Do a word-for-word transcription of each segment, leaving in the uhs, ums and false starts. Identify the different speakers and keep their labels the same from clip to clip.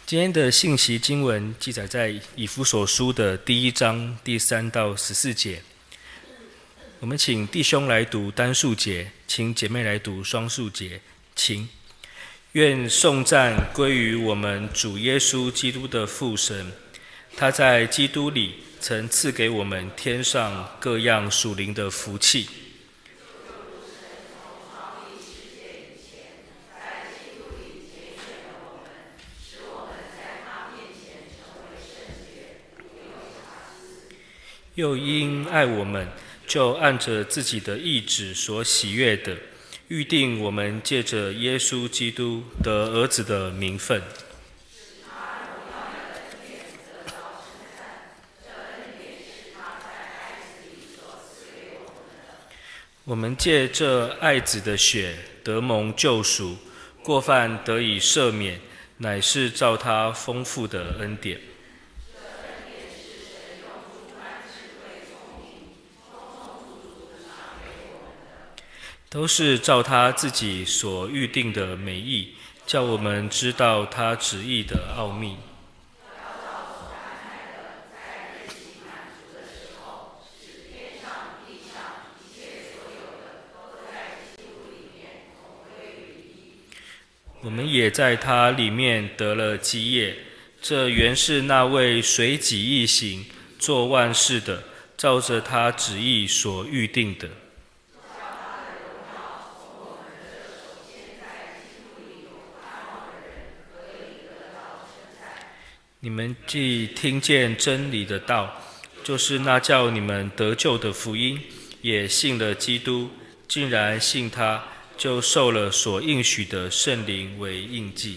Speaker 1: 今天的信息经文记载在以弗所书的第一章第三到十四节。我们请弟兄来读单数节，请姐妹来读双数节。请，愿颂赞归于我们主耶稣基督的父神，他在基督里曾赐给我们天上各样属灵的福气。又因爱我们，就按着自己的意志所喜悦的，预定我们借着耶稣基督得儿子的名分。我们借这爱子的血得蒙救赎，过犯得以赦免，乃是照他丰富的恩典。都是照他自己所预定的美意，叫我们知道他旨意的奥秘。我们也在他里面得了基业，这原是那位随己意行，做万事的，照着他旨意所预定的。你们既听见真理的道，就是那叫你们得救的福音，也信了基督，竟然信他，就受了所应许的圣灵为印记。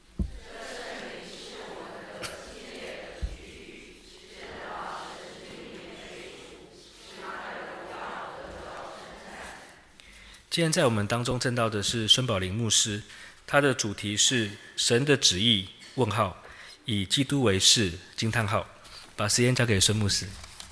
Speaker 1: 今天在我们当中证道的是孙宝林牧师，他的主题是神的旨意问号，以基督为事惊叹号。把时间交给孙牧师。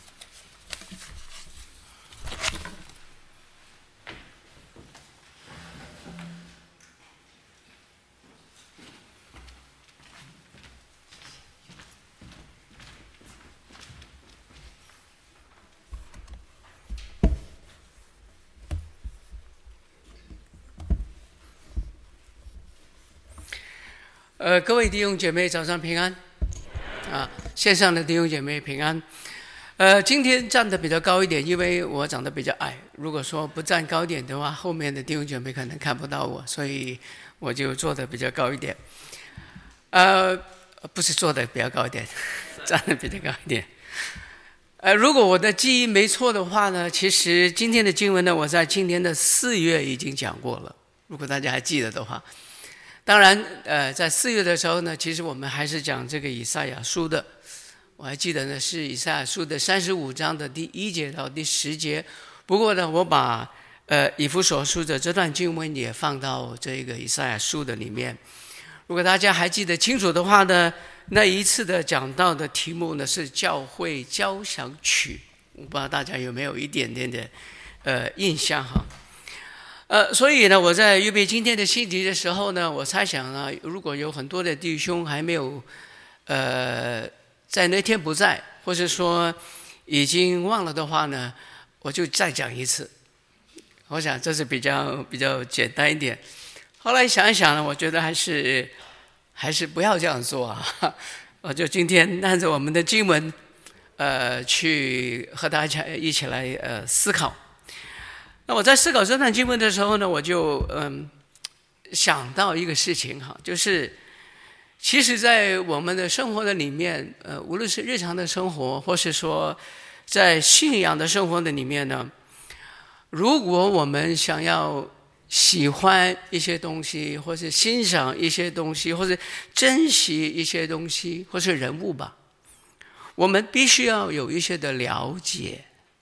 Speaker 2: 呃，各位弟兄姐妹，早上平安！啊，线上的弟兄姐妹平安。呃，今天站得比较高一点，因为我长得比较矮。如果说不站高一点的话，后面的弟兄姐妹可能看不到我，所以我就坐得比较高一点。呃，不是坐得比较高一点，站得比较高一点。呃，如果我的记忆没错的话呢，其实今天的经文呢，我在今年的四月已经讲过了。如果大家还记得的话。当然，呃，在四月的时候呢，其实我们还是讲这个以赛亚书的。我还记得呢，是以赛亚书的三十五章的第一节到第十节。不过呢，我把呃以弗所书的这段经文也放到这个以赛亚书的里面。如果大家还记得清楚的话呢，那一次的讲到的题目呢是教会交响曲。我不知道大家有没有一点点的呃印象哈。呃，所以呢，我在预备今天的信题的时候呢，我猜想呢，如果有很多的弟兄还没有，呃，在那天不在，或者说已经忘了的话呢，我就再讲一次。我想这是比较比较简单一点。后来想一想呢，我觉得还是还是不要这样做啊。我就今天按照我们的经文，呃，去和大家一起来呃思考。那我在思考这段经文的时候呢，我就嗯想到一个事情哈，就是其实在我们的生活的里面，呃，无论是日常的生活，或是说在信仰的生活的里面呢，如果我们想要喜欢一些东西，或是欣赏一些东西，或是珍惜一些东西，或是人物吧，我们必须要有一些的了解。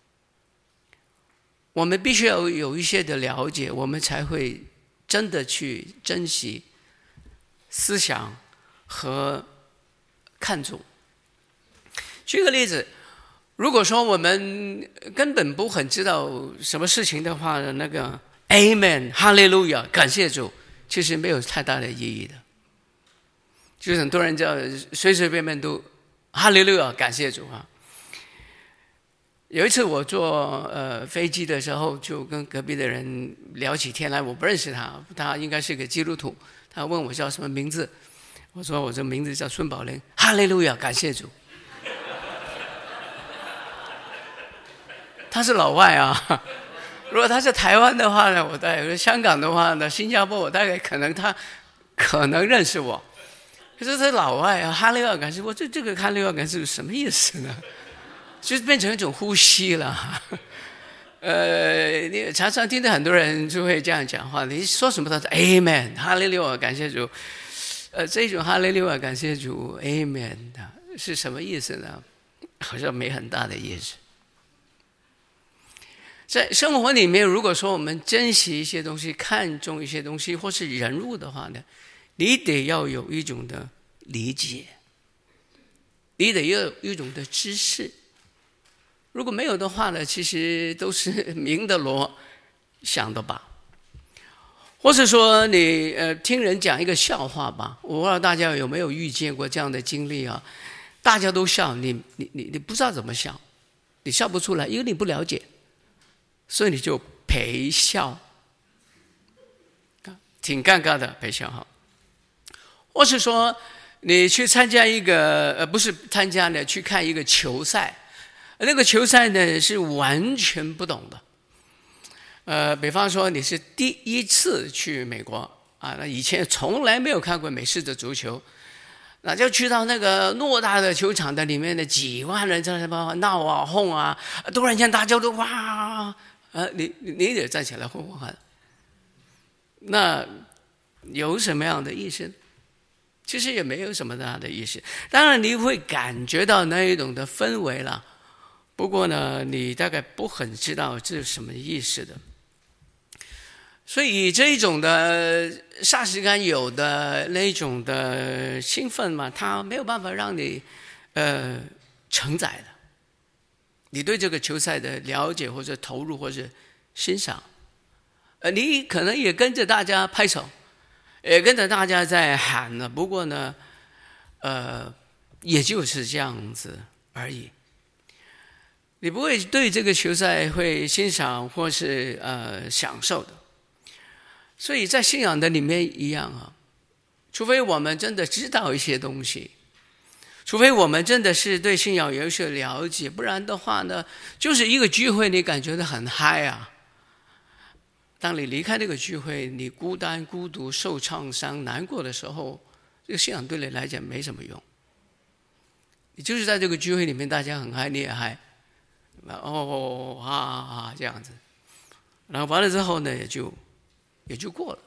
Speaker 2: 我们必须要有一些的了解，我们才会真的去珍惜、思想和看重。举个例子，如果说我们根本不很知道什么事情的话，那个 Amen 哈利路亚感谢主，其实没有太大的意义的。 就是很多人叫随随便便都哈利路亚，感谢主啊。有一次我坐呃飞机的时候，就跟隔壁的人聊起天来，我不认识他，他应该是个基督徒，他问我叫什么名字，我说我这名字叫孙宝莲，哈利路亚，感谢主。他是老外啊，如果他是台湾的话呢，我大概香港的话呢，新加坡我大概可能他可能认识我，可是他老外啊，哈利路亚感谢我，这这个哈利路亚感谢是什么意思呢？就是变成一种呼吸了。呃，你常常听到很多人就会这样讲话，你说什么他说 Amen， 哈利路亚感谢主。呃，这种哈利路亚感谢主 Amen 是什么意思呢？好像没很大的意思。在生活里面，如果说我们珍惜一些东西，看重一些东西，或是人物的话呢，你得要有一种的理解，你得要有一种的知识。如果没有的话呢，其实都是明的罗，想的吧。或是说你呃听人讲一个笑话吧，我不知道大家有没有遇见过这样的经历啊？大家都笑，你你你你不知道怎么笑，你笑不出来，因为你不了解。所以你就陪笑，挺尴尬的陪笑哈。或是说你去参加一个呃不是参加呢，去看一个球赛，那个球赛呢是完全不懂的。呃，比方说你是第一次去美国啊，那以前从来没有看过美式的足球，那就去到那个偌大的球场的里面的几万人在那闹啊哄啊，突然间大家都哇。啊，你你得站起来混混看，那有什么样的意思？其实也没有什么大的意思。当然你会感觉到那一种的氛围了，不过呢，你大概不很知道这是什么意思的。所以这一种的霎时间有的那一种的兴奋嘛，它没有办法让你呃承载的。你对这个球赛的了解或者投入或者欣赏，呃，你可能也跟着大家拍手，也跟着大家在喊了。不过呢，呃，也就是这样子而已。你不会对这个球赛会欣赏或是呃享受的。所以在信仰的里面一样啊，除非我们真的知道一些东西。除非我们真的是对信仰有所了解，不然的话呢，就是一个聚会你感觉到很嗨啊。当你离开这个聚会，你孤单、孤独、受创伤、难过的时候，这个信仰对你来讲没什么用。你就是在这个聚会里面，大家很嗨，你也嗨，哦啊啊这样子，然后完了之后呢，也就也就过了。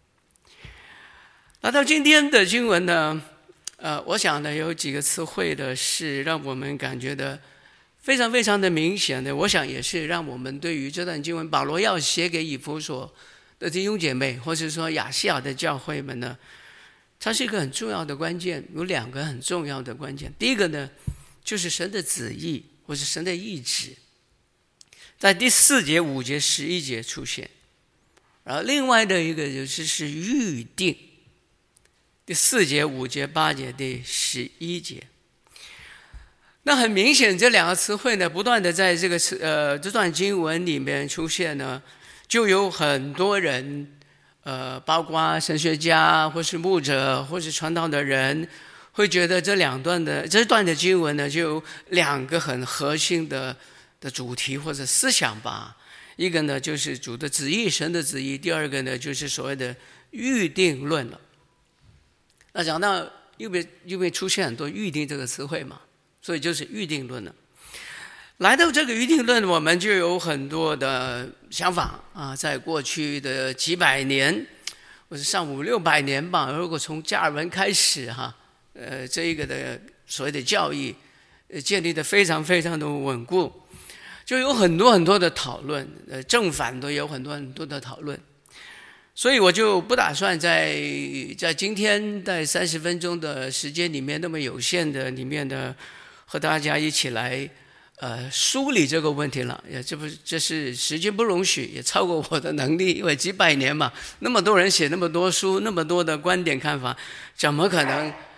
Speaker 2: 那到今天的经文呢？呃，我想呢，有几个词汇的是让我们感觉的非常非常的明显的，我想也是让我们对于这段经文，保罗要写给以弗所的弟兄姐妹，或者说亚细亚的教会们呢，它是一个很重要的关键，有两个很重要的关键。第一个呢，就是神的旨意或是神的意志，在第四节、五节、十一节出现，然后另外的一个就是是预定。第四节、五节、八节、第十一节，那很明显，这两个词汇呢，不断的在这个词呃这段经文里面出现呢，就有很多人，呃，包括神学家或是牧者或是传道的人，会觉得这两段的这段的经文呢，就有两个很核心的的主题或者思想吧。一个呢就是主的旨意，神的旨意；第二个呢就是所谓的预定论了。那讲到因为因为出现很多预定这个词汇嘛，所以就是预定论了。来到这个预定论，我们就有很多的想法啊，在过去的几百年，或者上五六百年吧，如果从加尔文开始哈，呃，这一个的所谓的教义，呃，建立的非常非常的稳固，就有很多很多的讨论，呃，正反都有很多很多的讨论。所以我就不打算在在今天在三十分钟的时间里面，那么有限的里面的和大家一起来呃梳理这个问题了。也这不这是时间不容许，也超过我的能力，因为几百年嘛，那么多人写那么多书，那么多的观点看法，怎么可能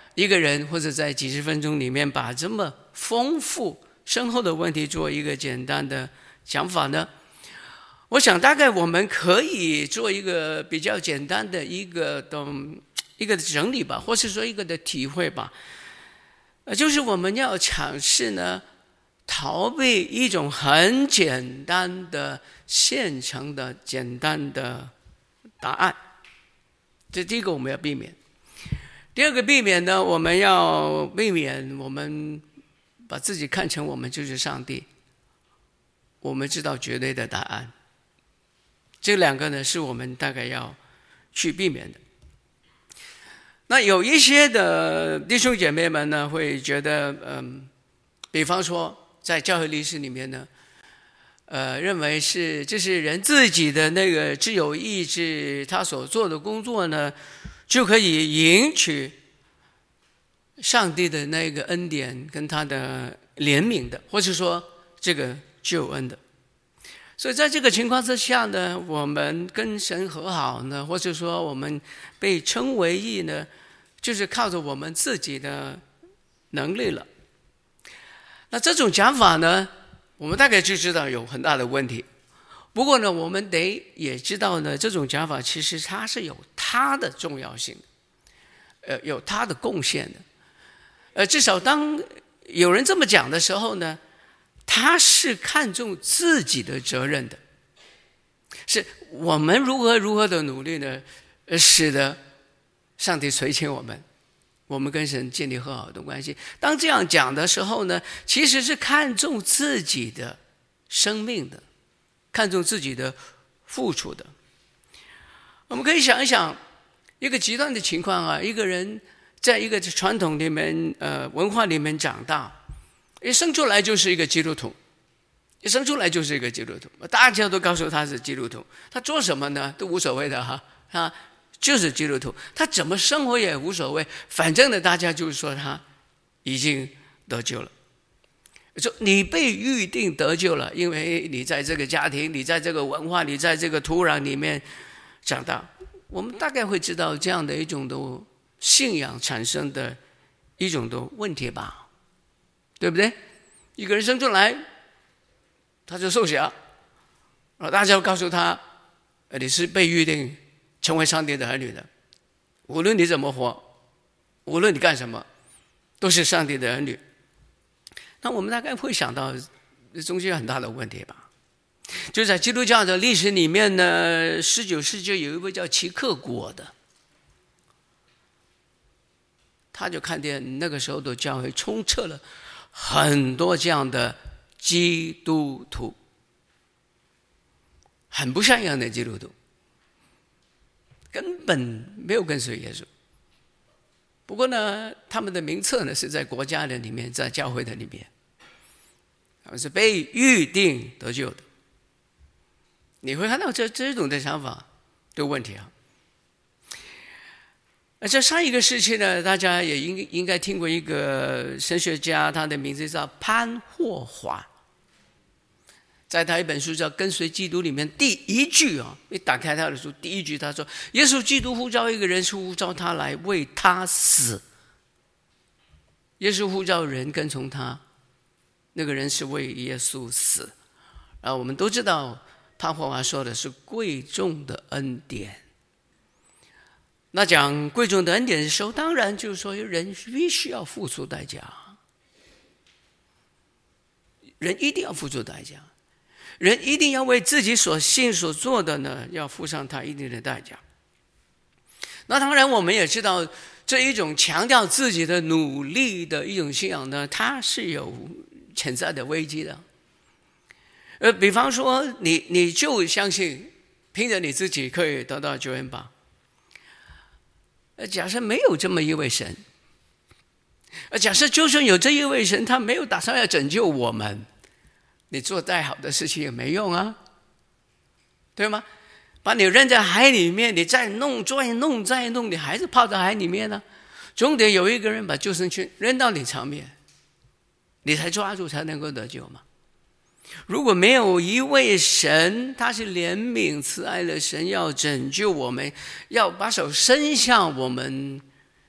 Speaker 2: 一个人或者在几十分钟里面把这么丰富深厚的问题做一个简单的讲法呢？我想大概我们可以做一个比较简单的一个的一个整理吧，或是说一个的体会吧。呃，就是我们要尝试呢，逃避一种很简单的现成的简单的答案。这第一个我们要避免。第二个避免呢，我们要避免我们把自己看成我们就是上帝，我们知道绝对的答案。这两个呢，是我们大概要去避免的。那有一些的弟兄姐妹们呢，会觉得，嗯，比方说在教会历史里面呢，呃，认为是这是人自己的那个自由意志，他所做的工作呢，就可以赢取上帝的那个恩典跟他的怜悯的，或是说这个救恩的。所以在这个情况之下呢，我们跟神和好呢，或者说我们被称为义呢，就是靠着我们自己的能力了。那这种讲法呢，我们大概就知道有很大的问题。不过呢，我们得也知道呢，这种讲法其实它是有它的重要性的，呃，有它的贡献的。呃，至少当有人这么讲的时候呢，他是看重自己的责任的，是我们如何如何的努力呢，使得上帝垂青我们，我们跟神建立和好的关系。当这样讲的时候呢，其实是看重自己的生命的，看重自己的付出的。我们可以想一想一个极端的情况啊，一个人在一个传统里面呃文化里面长大，一生出来就是一个基督徒，一生出来就是一个基督徒，大家都告诉他是基督徒，他做什么呢都无所谓的哈，他就是基督徒，他怎么生活也无所谓，反正呢大家就说他已经得救了。说你被预定得救了，因为你在这个家庭，你在这个文化，你在这个土壤里面长大。我们大概会知道这样的一种的信仰产生的一种的问题吧，对不对？一个人生出来他就受洗了，大家告诉他你是被预定成为上帝的儿女的，无论你怎么活，无论你干什么，都是上帝的儿女。那我们大概会想到中间有很大的问题吧。就在基督教的历史里面呢，十九世纪有一位叫齐克果的，他就看见那个时候的教会充斥了很多这样的基督徒，很不像样的基督徒，根本没有跟随耶稣。不过呢，他们的名册呢是在国家的里面，在教会的里面，他们是被预定得救的。你会看到这这种的想法的问题啊。而在上一个时期呢，大家也应应该听过一个神学家，他的名字叫潘霍华。在他一本书叫《跟随基督》里面，第一句啊，你打开他的书，第一句他说：“耶稣基督呼召一个人，是呼召他来为他死。耶稣呼召人跟从他，那个人是为耶稣死。”啊，我们都知道潘霍华说的是贵重的恩典。那讲贵重的恩典的时候，当然就是说人必须要付出代价，人一定要付出代价。人一定要为自己所信所做的呢，要付上他一定的代价。那当然我们也知道，这一种强调自己的努力的一种信仰呢，它是有潜在的危机的。呃，比方说你你就相信凭着你自己可以得到救恩吧。呃，假设没有这么一位神，呃，假设就算有这一位神，他没有打算要拯救我们，你做再好的事情也没用啊，对吗？把你扔在海里面，你再弄再弄再弄，你还是泡在海里面呢。总得有一个人把救生圈扔到你上面，你才抓住，才能够得救嘛。如果没有一位神，他是怜悯慈爱的神，要拯救我们，要把手伸向我们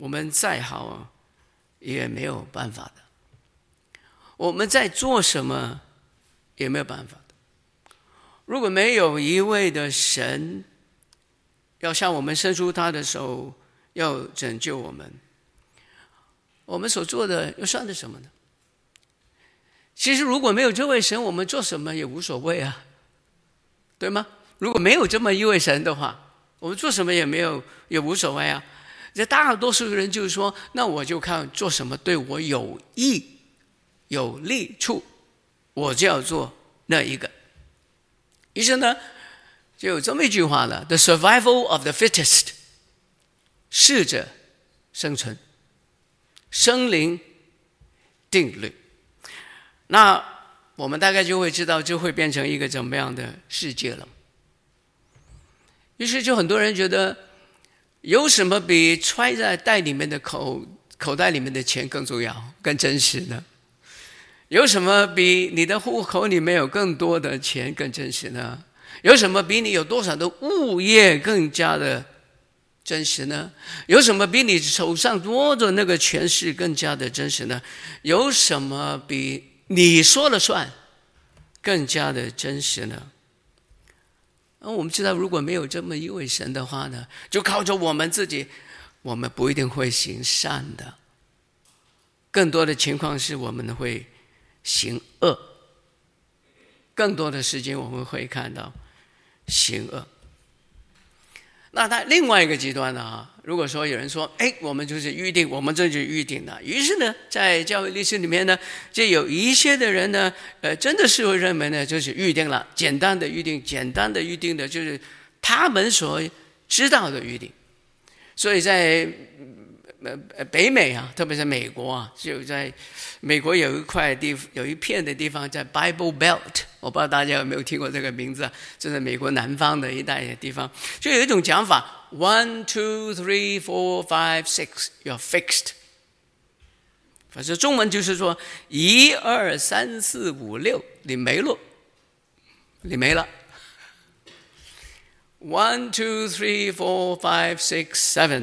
Speaker 2: 我们再好也没有办法的。我们在做什么也没有办法的。如果没有一位的神要向我们伸出他的手，要拯救我们，我们所做的又算是什么呢？其实如果没有这位神，我们做什么也无所谓啊，对吗？如果没有这么一位神的话，我们做什么也没有也无所谓啊。这大多数人就是说，那我就看做什么对我有益有利处，我就要做那一个。于是呢，就有这么一句话了 ：“The survival of the fittest， 适者生存，生灵定律。”那我们大概就会知道，这会变成一个怎么样的世界了。于是就很多人觉得，有什么比揣在袋里面的口口袋里面的钱更重要、更真实呢？有什么比你的户口里面有更多的钱更真实呢？有什么比你有多少的物业更加的真实呢？有什么比你手上多的那个权势更加的真实呢？有什么比你说了算更加的真实呢？而我们知道，如果没有这么一位神的话呢，就靠着我们自己，我们不一定会行善的。更多的情况是我们会行恶，更多的时间我们会看到行恶。那在另外一个极端呢、啊，如果说有人说，哎，我们就是预定，我们这就是预定的。于是呢，在教会历史里面呢，就有一些的人呢，呃，真的是会认为呢，就是预定了，简单的预定，简单的预定的，就是他们所知道的预定。所以在呃北美啊，特别是美国啊，就在美国有一块地，有一片的地方在 Bible Belt， 我不知道大家有没有听过这个名字啊？这是美国南方的一带的地方，就有一种讲法 ：one, two, three, four, five, six, you're fixed。反正中文就是说，一二三四五六，你没了，你没了。One, two, three, four, five, six,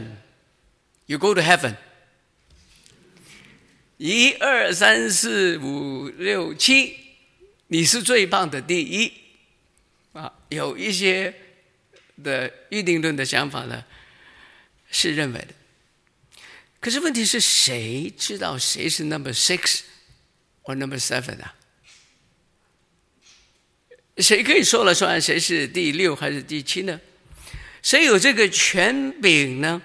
Speaker 2: seven，you go to heaven。一二三四五六七，你是最棒的第一啊！有一些的预定论的想法呢，是认为的。可是问题是谁知道谁是 number six or number seven 啊？谁可以说了算谁是第六还是第七呢？谁有这个权柄呢？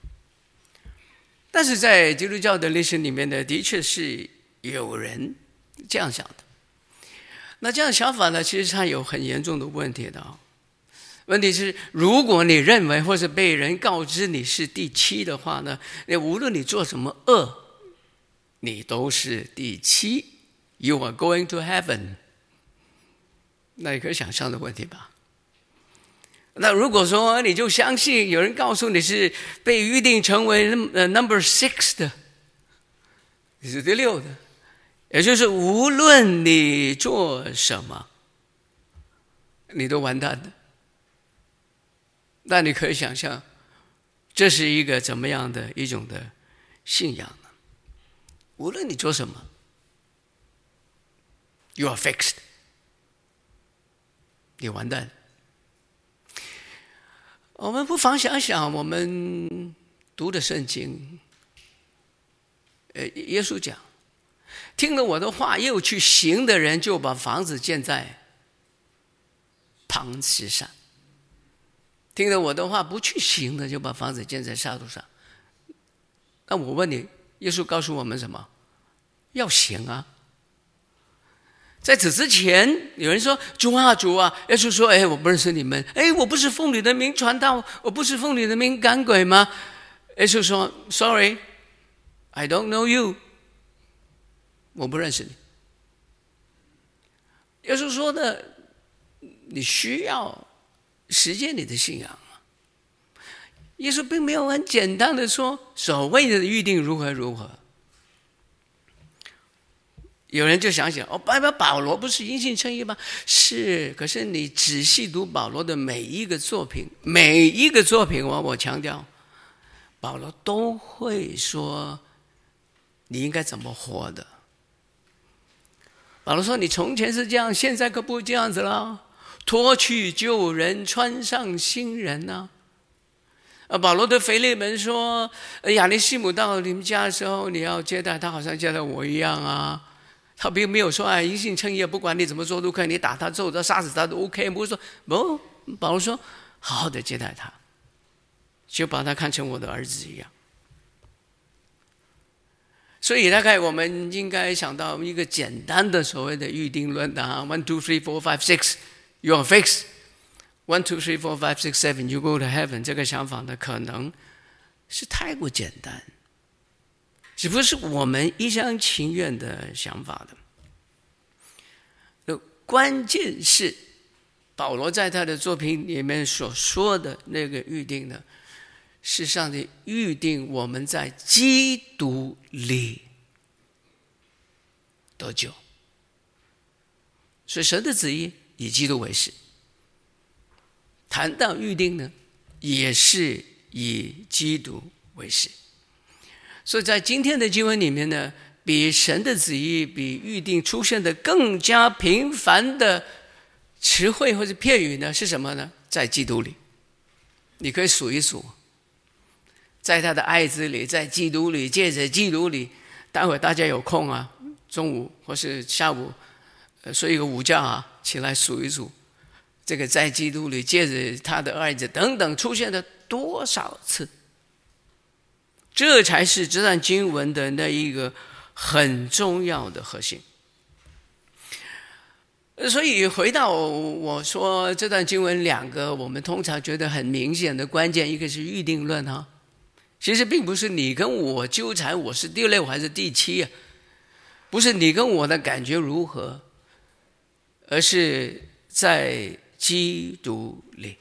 Speaker 2: 但是在基督教的历史里面呢，的确是有人这样想的。那这样想法呢，其实它有很严重的问题的、哦。问题是，如果你认为或是被人告知你是第七的话呢，无论你做什么恶，你都是第七 ，You are going to heaven。那你可以想象的问题吧。那如果说你就相信有人告诉你是被预定成为 number six 的，你是第六的，也就是无论你做什么，你都完蛋的。那你可以想象，这是一个怎么样的一种的信仰呢？无论你做什么 ，you are fixed， 你完蛋了。我们不妨想想，我们读的圣经，呃，耶稣讲，听了我的话又去行的人，就把房子建在磐石上；听了我的话不去行的，就把房子建在沙土上。那我问你，耶稣告诉我们什么？要行啊！在此之前，有人说：“主啊，主啊！”耶稣说：“哎，我不认识你们。哎，我不是奉你的名传道，我不是奉你的名赶鬼吗？”耶稣说 ：“Sorry, I don't know you。”我不认识你。耶稣说的，你需要实践你的信仰啊。耶稣并没有很简单的说所谓的预定如何如何。有人就想想，哦，保保罗不是因信称义吗？是，可是你仔细读保罗的每一个作品，每一个作品，我我强调， 保罗都会说你应该怎么活的。保罗说你从前是这样，现在可不这样子了，脱去旧人，穿上新人啊。呃，保罗对腓利门说，亚尼西姆到你们家的时候，你要接待他，好像接待我一样啊。他并没有说，哎，因信称义，不管你怎么做都可以，你打他、揍他、杀死他都 OK。不是说不，保罗说，好好的接待他，就把他看成我的儿子一样。所以大概我们应该想到一个简单的所谓的预定论的啊 ，one two three four five six you're fixed。One, two, three, four, five, six, seven, you go to heaven 这个想法呢，可能是太过简单，只不过是我们一厢情愿的想法的。关键是保罗在他的作品里面所说的那个预定呢，是上帝预定我们在基督里得救，所以神的旨意以基督为始。谈到预定呢，也是以基督为始。所以在今天的经文里面呢，比神的旨意、比预定出现的更加频繁的词汇或者片语呢，是什么呢？在基督里。你可以数一数，在他的爱子里，在基督里，借着基督里。待会大家有空啊，中午或是下午，呃，睡一个午觉啊，起来数一数。这个在基督里，借着他的爱子等等，出现了多少次？这才是这段经文的那一个很重要的核心。所以回到我说这段经文两个我们通常觉得很明显的关键，一个是预定论哈，其实并不是你跟我纠缠我是第六还是第七啊，不是你跟我的感觉如何，而是在基督里，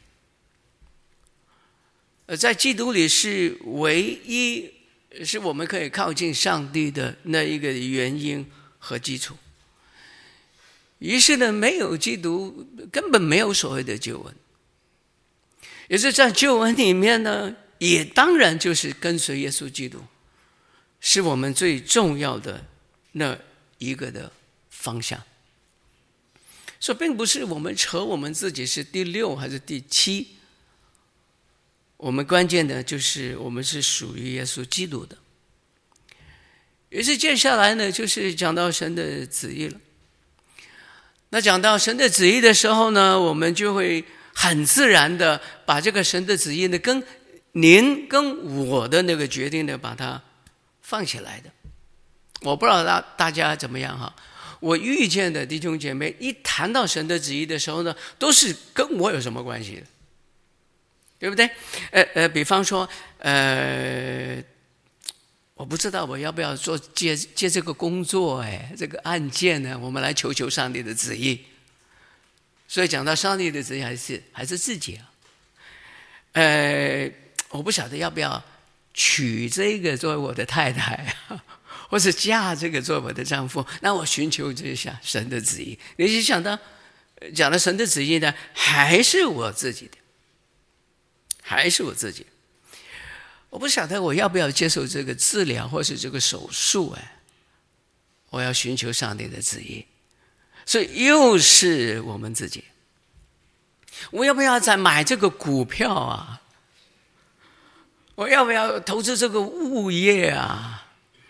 Speaker 2: 呃，在基督里是唯一是我们可以靠近上帝的那一个原因和基础。于是呢，没有基督，根本没有所谓的救恩。也是在救恩里面呢，也当然就是跟随耶稣基督，是我们最重要的那一个的方向。所以并不是我们扯我们自己是第六还是第七，我们关键的就是我们是属于耶稣基督的。于是接下来呢，就是讲到神的旨意了。那讲到神的旨意的时候呢，我们就会很自然的把这个神的旨意呢，跟您跟我的那个决定呢，把它放起来的。我不知道大大家怎么样哈。我遇见的弟兄姐妹一谈到神的旨意的时候呢，都是跟我有什么关系的，对不对？呃呃，比方说，呃，我不知道我要不要做接接这个工作，哎，这个案件呢，我们来求求上帝的旨意。所以讲到上帝的旨意，还是还是自己啊。呃，我不晓得要不要娶这个作为我的太太啊。或是嫁这个做我的丈夫，那我寻求这下神的旨意。你就想到讲了神的旨意呢，还是我自己的，还是我自己。我不晓得我要不要接受这个治疗或是这个手术，哎，我要寻求上帝的旨意。所以又是我们自己。我要不要再买这个股票啊？我要不要投资这个物业啊？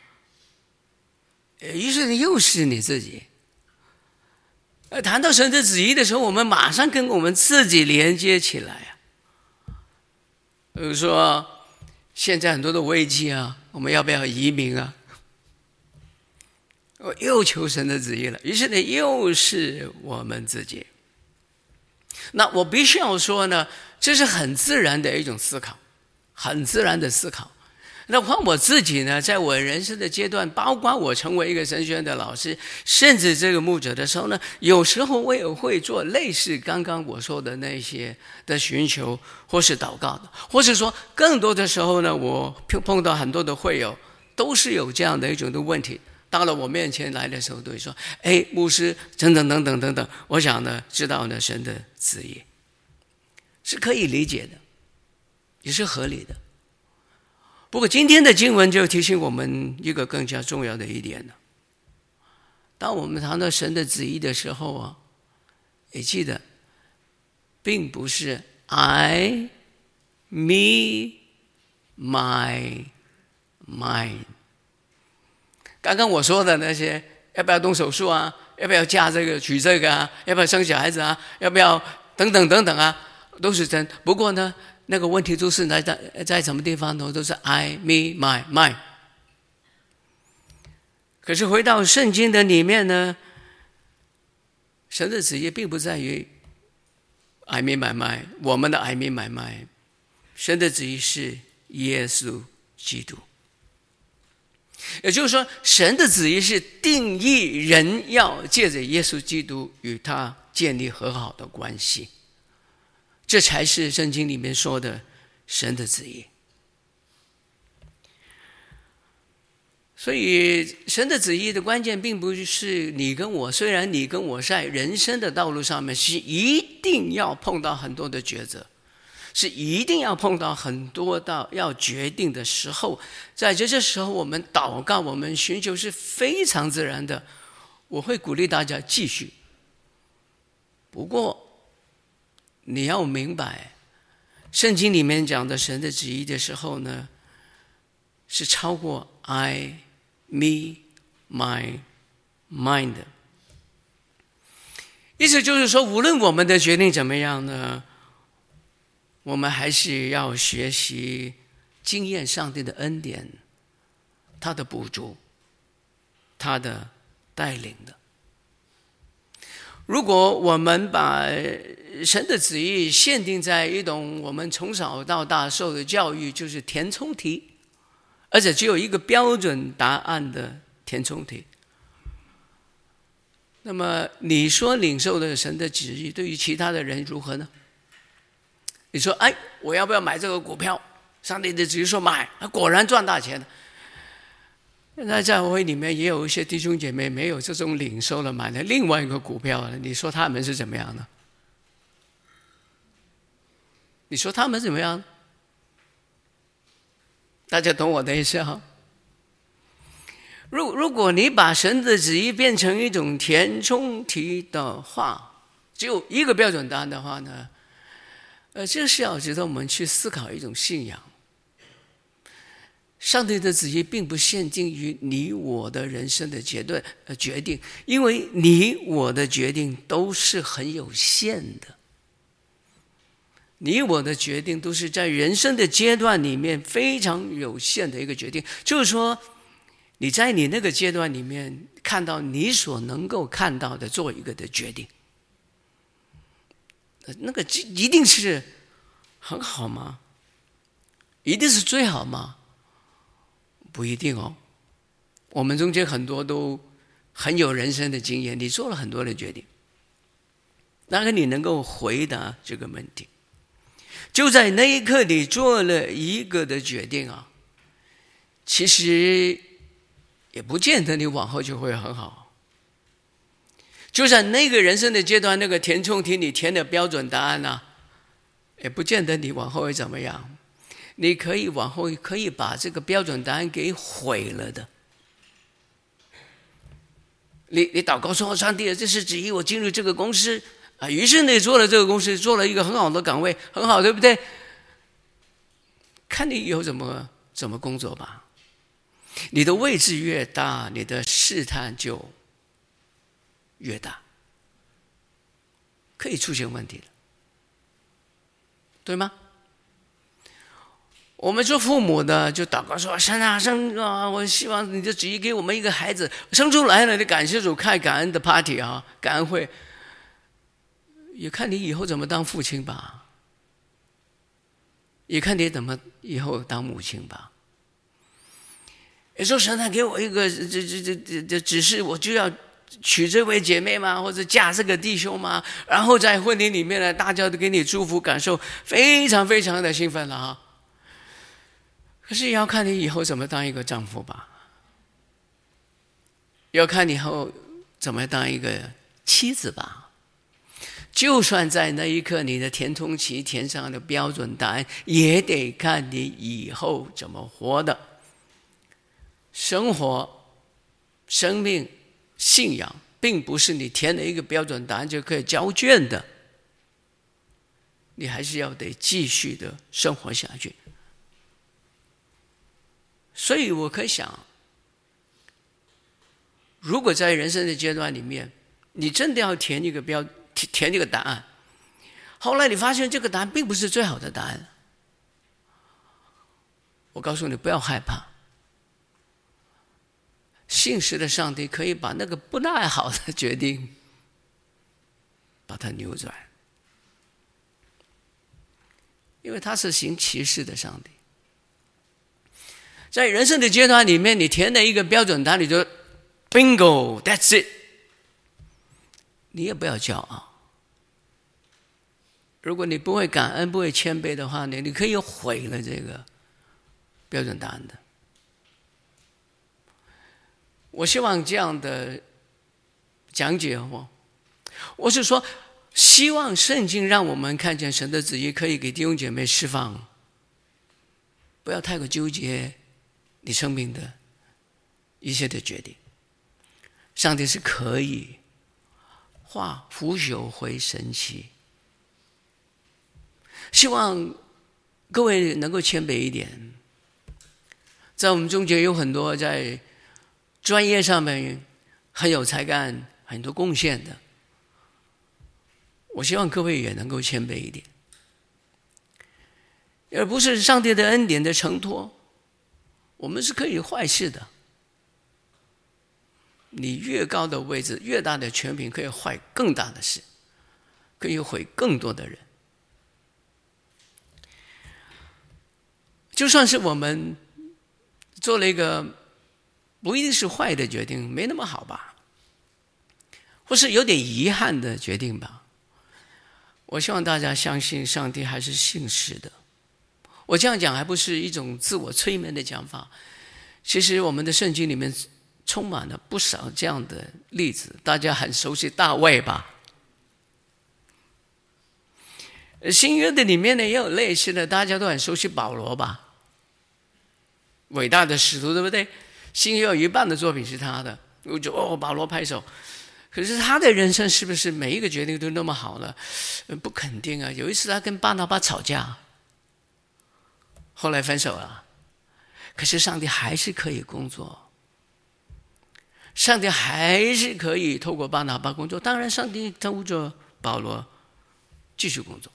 Speaker 2: 于是又是你自己。呃，谈到神的旨意的时候，我们马上跟我们自己连接起来啊。比如说，现在很多的危机啊，我们要不要移民啊？我又求神的旨意了，于是呢，又是我们自己。那我必须要说呢，这是很自然的一种思考，很自然的思考。那换我自己呢，在我人生的阶段，包括我成为一个神学院的老师，甚至这个牧者的时候呢，有时候我也会做类似刚刚我说的那些的寻求或是祷告的，或是说更多的时候呢，我碰到很多的会友都是有这样的一种的问题，到了我面前来的时候都会说，哎，牧师等等等等等等，我想呢知道呢神的旨意是可以理解的，也是合理的。 不过今天的经文就提醒我们一个更加重要的一点了。当我们谈到神的旨意的时候啊，也记得并不是 I, me, my, mine。刚刚我说的那些，要不要动手术啊？要不要嫁这个娶这个啊？要不要生小孩子啊？要不要等等等等啊？都是真。不过呢，那个问题都是在在在什么地方呢？都是 I, me, my, mine。可是回到圣经的里面呢，神的旨意并不在于 I, me, my, mine， 我们的 I, me, my, mine。神的旨意是耶稣基督。也就是说，神的旨意是定义人要借着耶稣基督与他建立和好的关系，这才是圣经里面说的神的旨意。所以神的旨意的关键并不是你跟我，虽然你跟我在人生的道路上面是一定要碰到很多的抉择，是一定要碰到很多到要决定的时候，在这些时候我们祷告，我们寻求是非常自然的。我会鼓励大家继续，不过你要明白圣经里面讲的神的旨意的时候呢，是超过 I, me, my, mine 的。意思就是说，无论我们的决定怎么样呢，我们还是要学习经验上帝的恩典，他的补助，他的带领的。如果我们把神的旨意限定在一种我们从小到大受的教育，就是填充题，而且只有一个标准答案的填充题，那么你说领受的神的旨意对于其他的人如何呢？你说哎，我要不要买这个股票？上帝的旨意说买，果然赚大钱了。现在教会里面也有一些弟兄姐妹没有这种领受了，买了另外一个股票了，你说他们是怎么样呢？你说他们怎么样？大家懂我的意思哈？如如果你把神的旨意变成一种填充题的话，只有一个标准答案的话呢，呃，这是要值得我们去思考一种信仰。上帝的旨意并不限定于你我的人生的决定，呃，决定，因为你我的决定都是很有限的。你我的决定都是在人生的阶段里面非常有限的一个决定，就是说，你在你那个阶段里面看到你所能够看到的做一个的决定，那个一定是很好吗？一定是最好吗？不一定哦。我们中间很多都很有人生的经验，你做了很多的决定，那个你能够回答这个问题，就在那一刻你做了一个的决定啊，其实也不见得你往后就会很好。就在那个人生的阶段，那个填充题你填的标准答案啊，也不见得你往后会怎么样。你可以往后可以把这个标准答案给毁了的。你你祷告说，上帝，这是旨意我进入这个公司啊，于是你做了这个公司，做了一个很好的岗位，很好，对不对？看你以后怎么怎么工作吧。你的位置越大，你的试探就越大，可以出现问题了，对吗？我们做父母的就祷告说，神啊，神啊，我希望你的旨意给我们一个孩子生出来了，你感谢主，开感恩的 party 啊，感恩会，也看你以后怎么当父亲吧，也看你怎么以后当母亲吧。也说神啊，给我一个这这这这这指示，我就要娶这位姐妹吗？或者嫁这个弟兄吗？然后在婚礼里面呢，大家都给你祝福，感受非常非常的兴奋了啊。可是也要看你以后怎么当一个丈夫吧，要看你以后怎么当一个妻子吧。 就算在那一刻你的填充期填上的标准答案，也得看你以后怎么活的。生活、生命、信仰，并不是你填了一个标准答案就可以交卷的，你还是要得继续的生活下去。所以我可以想，如果在人生的阶段里面，你真的要填一个标填填一个答案，后来你发现这个答案并不是最好的答案，我告诉你不要害怕，信实的上帝可以把那个不太好的决定把它扭转，因为他是行奇事的上帝。在人生的阶段里面，你填了一个标准答案，你就 bingo that's it， 你也不要骄傲。如果你不会感恩，不会谦卑的话，你你可以毁了这个标准答案的。我希望这样的讲解，我我是说，希望圣经让我们看见神的旨意，可以给弟兄姐妹释放，不要太过纠结你生命的一些的决定。上帝是可以化腐朽为神奇。希望各位能够谦卑一点，在我们中间有很多在专业上面很有才干、很多贡献的，我希望各位也能够谦卑一点，而不是上帝的恩典的承托。我们是可以坏事的，你越高的位置，越大的权柄，可以坏更大的事，可以毁更多的人。就算是我们做了一个不一定是坏的决定，没那么好吧，或是有点遗憾的决定吧，我希望大家相信上帝还是信实的。我这样讲还不是一种自我催眠的讲法，其实我们的圣经里面充满了不少这样的例子。大家很熟悉大卫吧？新约的里面呢也有类似的，大家都很熟悉保罗吧？伟大的使徒，对不对？新约有一半的作品是他的，我就哦，保罗拍手。可是他的人生是不是每一个决定都那么好呢？不肯定啊。有一次他跟巴拿巴吵架，后来分手了，可是上帝还是可以工作，上帝还是可以透过巴拿巴工作。当然上帝透过保罗继续工作。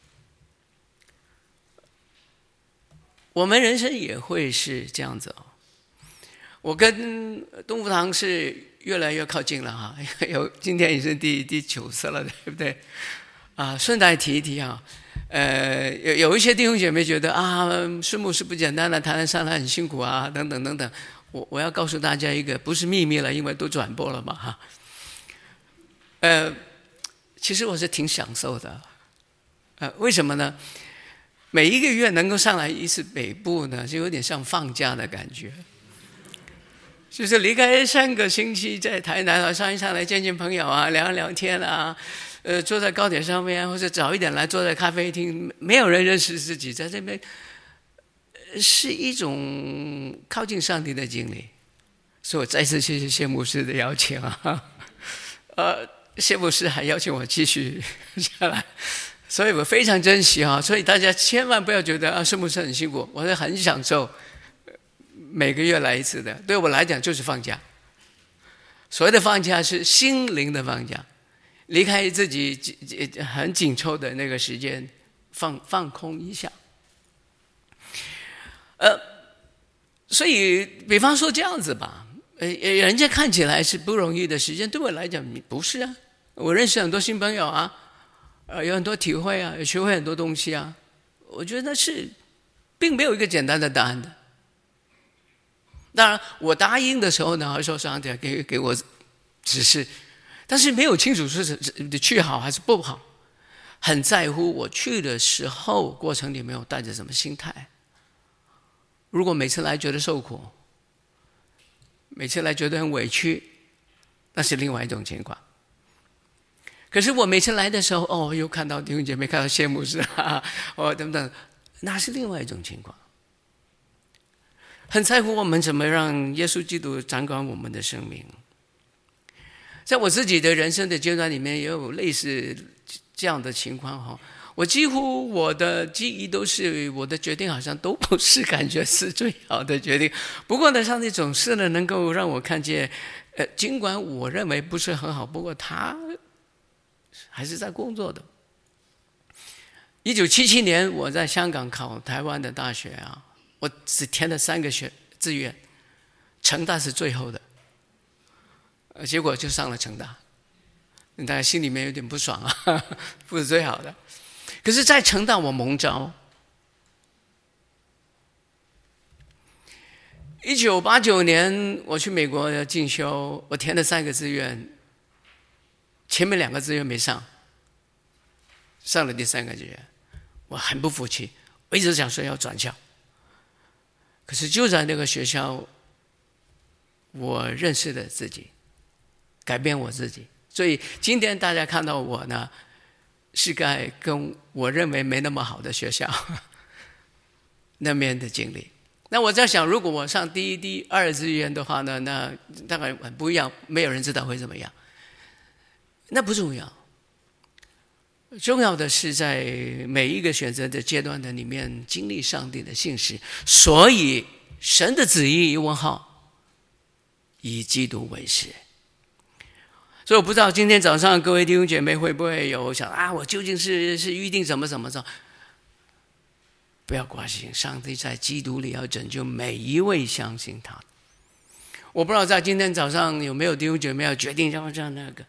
Speaker 2: 我们人生也会是这样子哦。我跟东福堂是越来越靠近了哈，有今天也是第第九次了，对不对？啊，顺带提一提啊，呃，有有一些弟兄姐妹觉得啊，孙牧师不简单了，谈谈上来很辛苦啊，等等等等。我我要告诉大家一个不是秘密了，因为都转播了嘛哈。呃，其实我是挺享受的，呃，为什么呢？每一个月能够上来一次北部呢，就有点像放假的感觉。就是离开三个星期在台南啊，上一上来见见朋友啊，聊聊天啊，呃，坐在高铁上面，或者早一点来坐在咖啡厅，没有人认识自己，在这边是一种靠近上帝的经历。所以我再次谢谢谢牧师的邀请啊，呃，谢牧师还邀请我继续下来，所以我非常珍惜啊。所以大家千万不要觉得啊，谢牧师很辛苦，我是很享受。每个月来一次的，对我来讲就是放假。所谓的放假是心灵的放假，离开自己很紧凑的那个时间，放放空一下。呃，所以比方说这样子吧，呃，人家看起来是不容易的时间，对我来讲不是啊。我认识很多新朋友啊，呃，有很多体会啊，也学会很多东西啊。我觉得是，并没有一个简单的答案的。当然，我答应的时候呢，还说上帝给给我指示，但是没有清楚是去好还是不好，很在乎我去的时候过程里面我带着什么心态。如果每次来觉得受苦，每次来觉得很委屈，那是另外一种情况。 可是我每次来的时候，哦，又看到弟兄姐妹，看到谢牧师啊，哦等等，那是另外一种情况。很在乎我们怎么让耶稣基督掌管我们的生命。在我自己的人生的阶段里面，也有类似这样的情况哈。我几乎我的记忆都是我的决定，好像都不是感觉是最好的决定。不过呢，上帝总是呢能够让我看见，呃，尽管我认为不是很好，不过他还是在工作的。一九七七年，我在香港考台湾的大学啊，我只填了三个学志愿，成大是最后的，呃，结果就上了成大。大家心里面有点不爽啊，不是最好的。可是，在成大我蒙召。一九八九年我去美国进修，我填了三个志愿，前面两个志愿没上，上了第三个志愿，我很不服气，我一直想说要转校。可是就在那个学校，我认识了自己，改变我自己。所以今天大家看到我呢，是在跟我认为没那么好的学校那边的经历。那我在想，如果我上第一、第二志愿的话呢，那大概很不一样，没有人知道会怎么样。那不重要，重要的是在每一个选择的阶段的里面经历上帝的信实。所以神的旨意问号，以基督为是。所以我不知道今天早上各位弟兄姐妹会不会有想啊，我究竟是是预定怎么怎么着？不要挂心，上帝在基督里要拯救每一位相信他。我不知道在今天早上有没有弟兄姐妹要决定这样这样那个。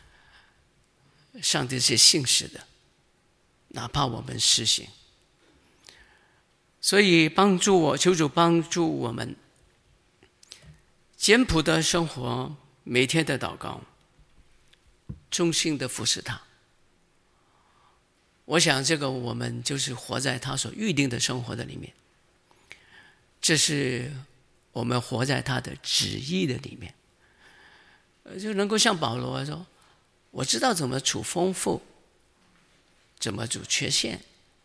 Speaker 2: 上帝是信实的，哪怕我们失信。所以帮助我，求主帮助我们简朴的生活，每天的祷告，忠心的服侍他。我想这个我们就是活在他所预定的生活的里面，这是我们活在他的旨意的里面，就能够像保罗说，我知道怎么处丰富，怎么处缺陷，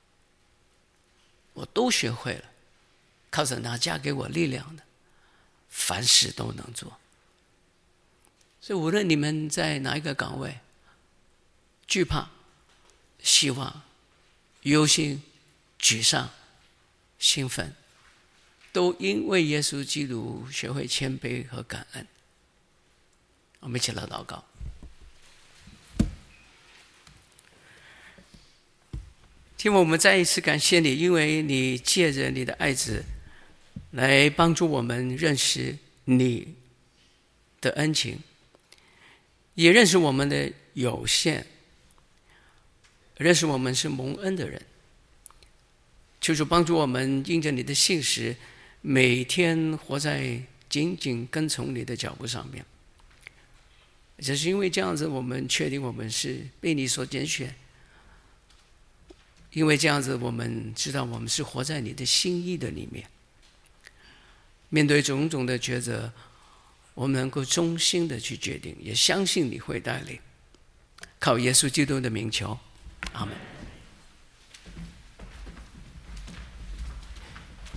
Speaker 2: 我都学会了，靠着那加给我力量的，凡事都能做。所以无论你们在哪一个岗位，惧怕、希望、忧心、沮丧、兴奋，都因为耶稣基督学会谦卑和感恩。我们一起来祷告。天父，我们再一次感谢你，因为你借着你的爱子来帮助我们认识你的恩情，也认识我们的有限，认识我们是蒙恩的人。求主帮助我们因着你的信实，每天活在紧紧跟从你的脚步上面。只是因为这样子，我们确定我们是被你所拣选，因为这样子我们知道我们是活在你的心意的里面。面对种种的抉择，我们能够忠心的去决定，也相信你会带领。靠耶稣基督的名求，阿们。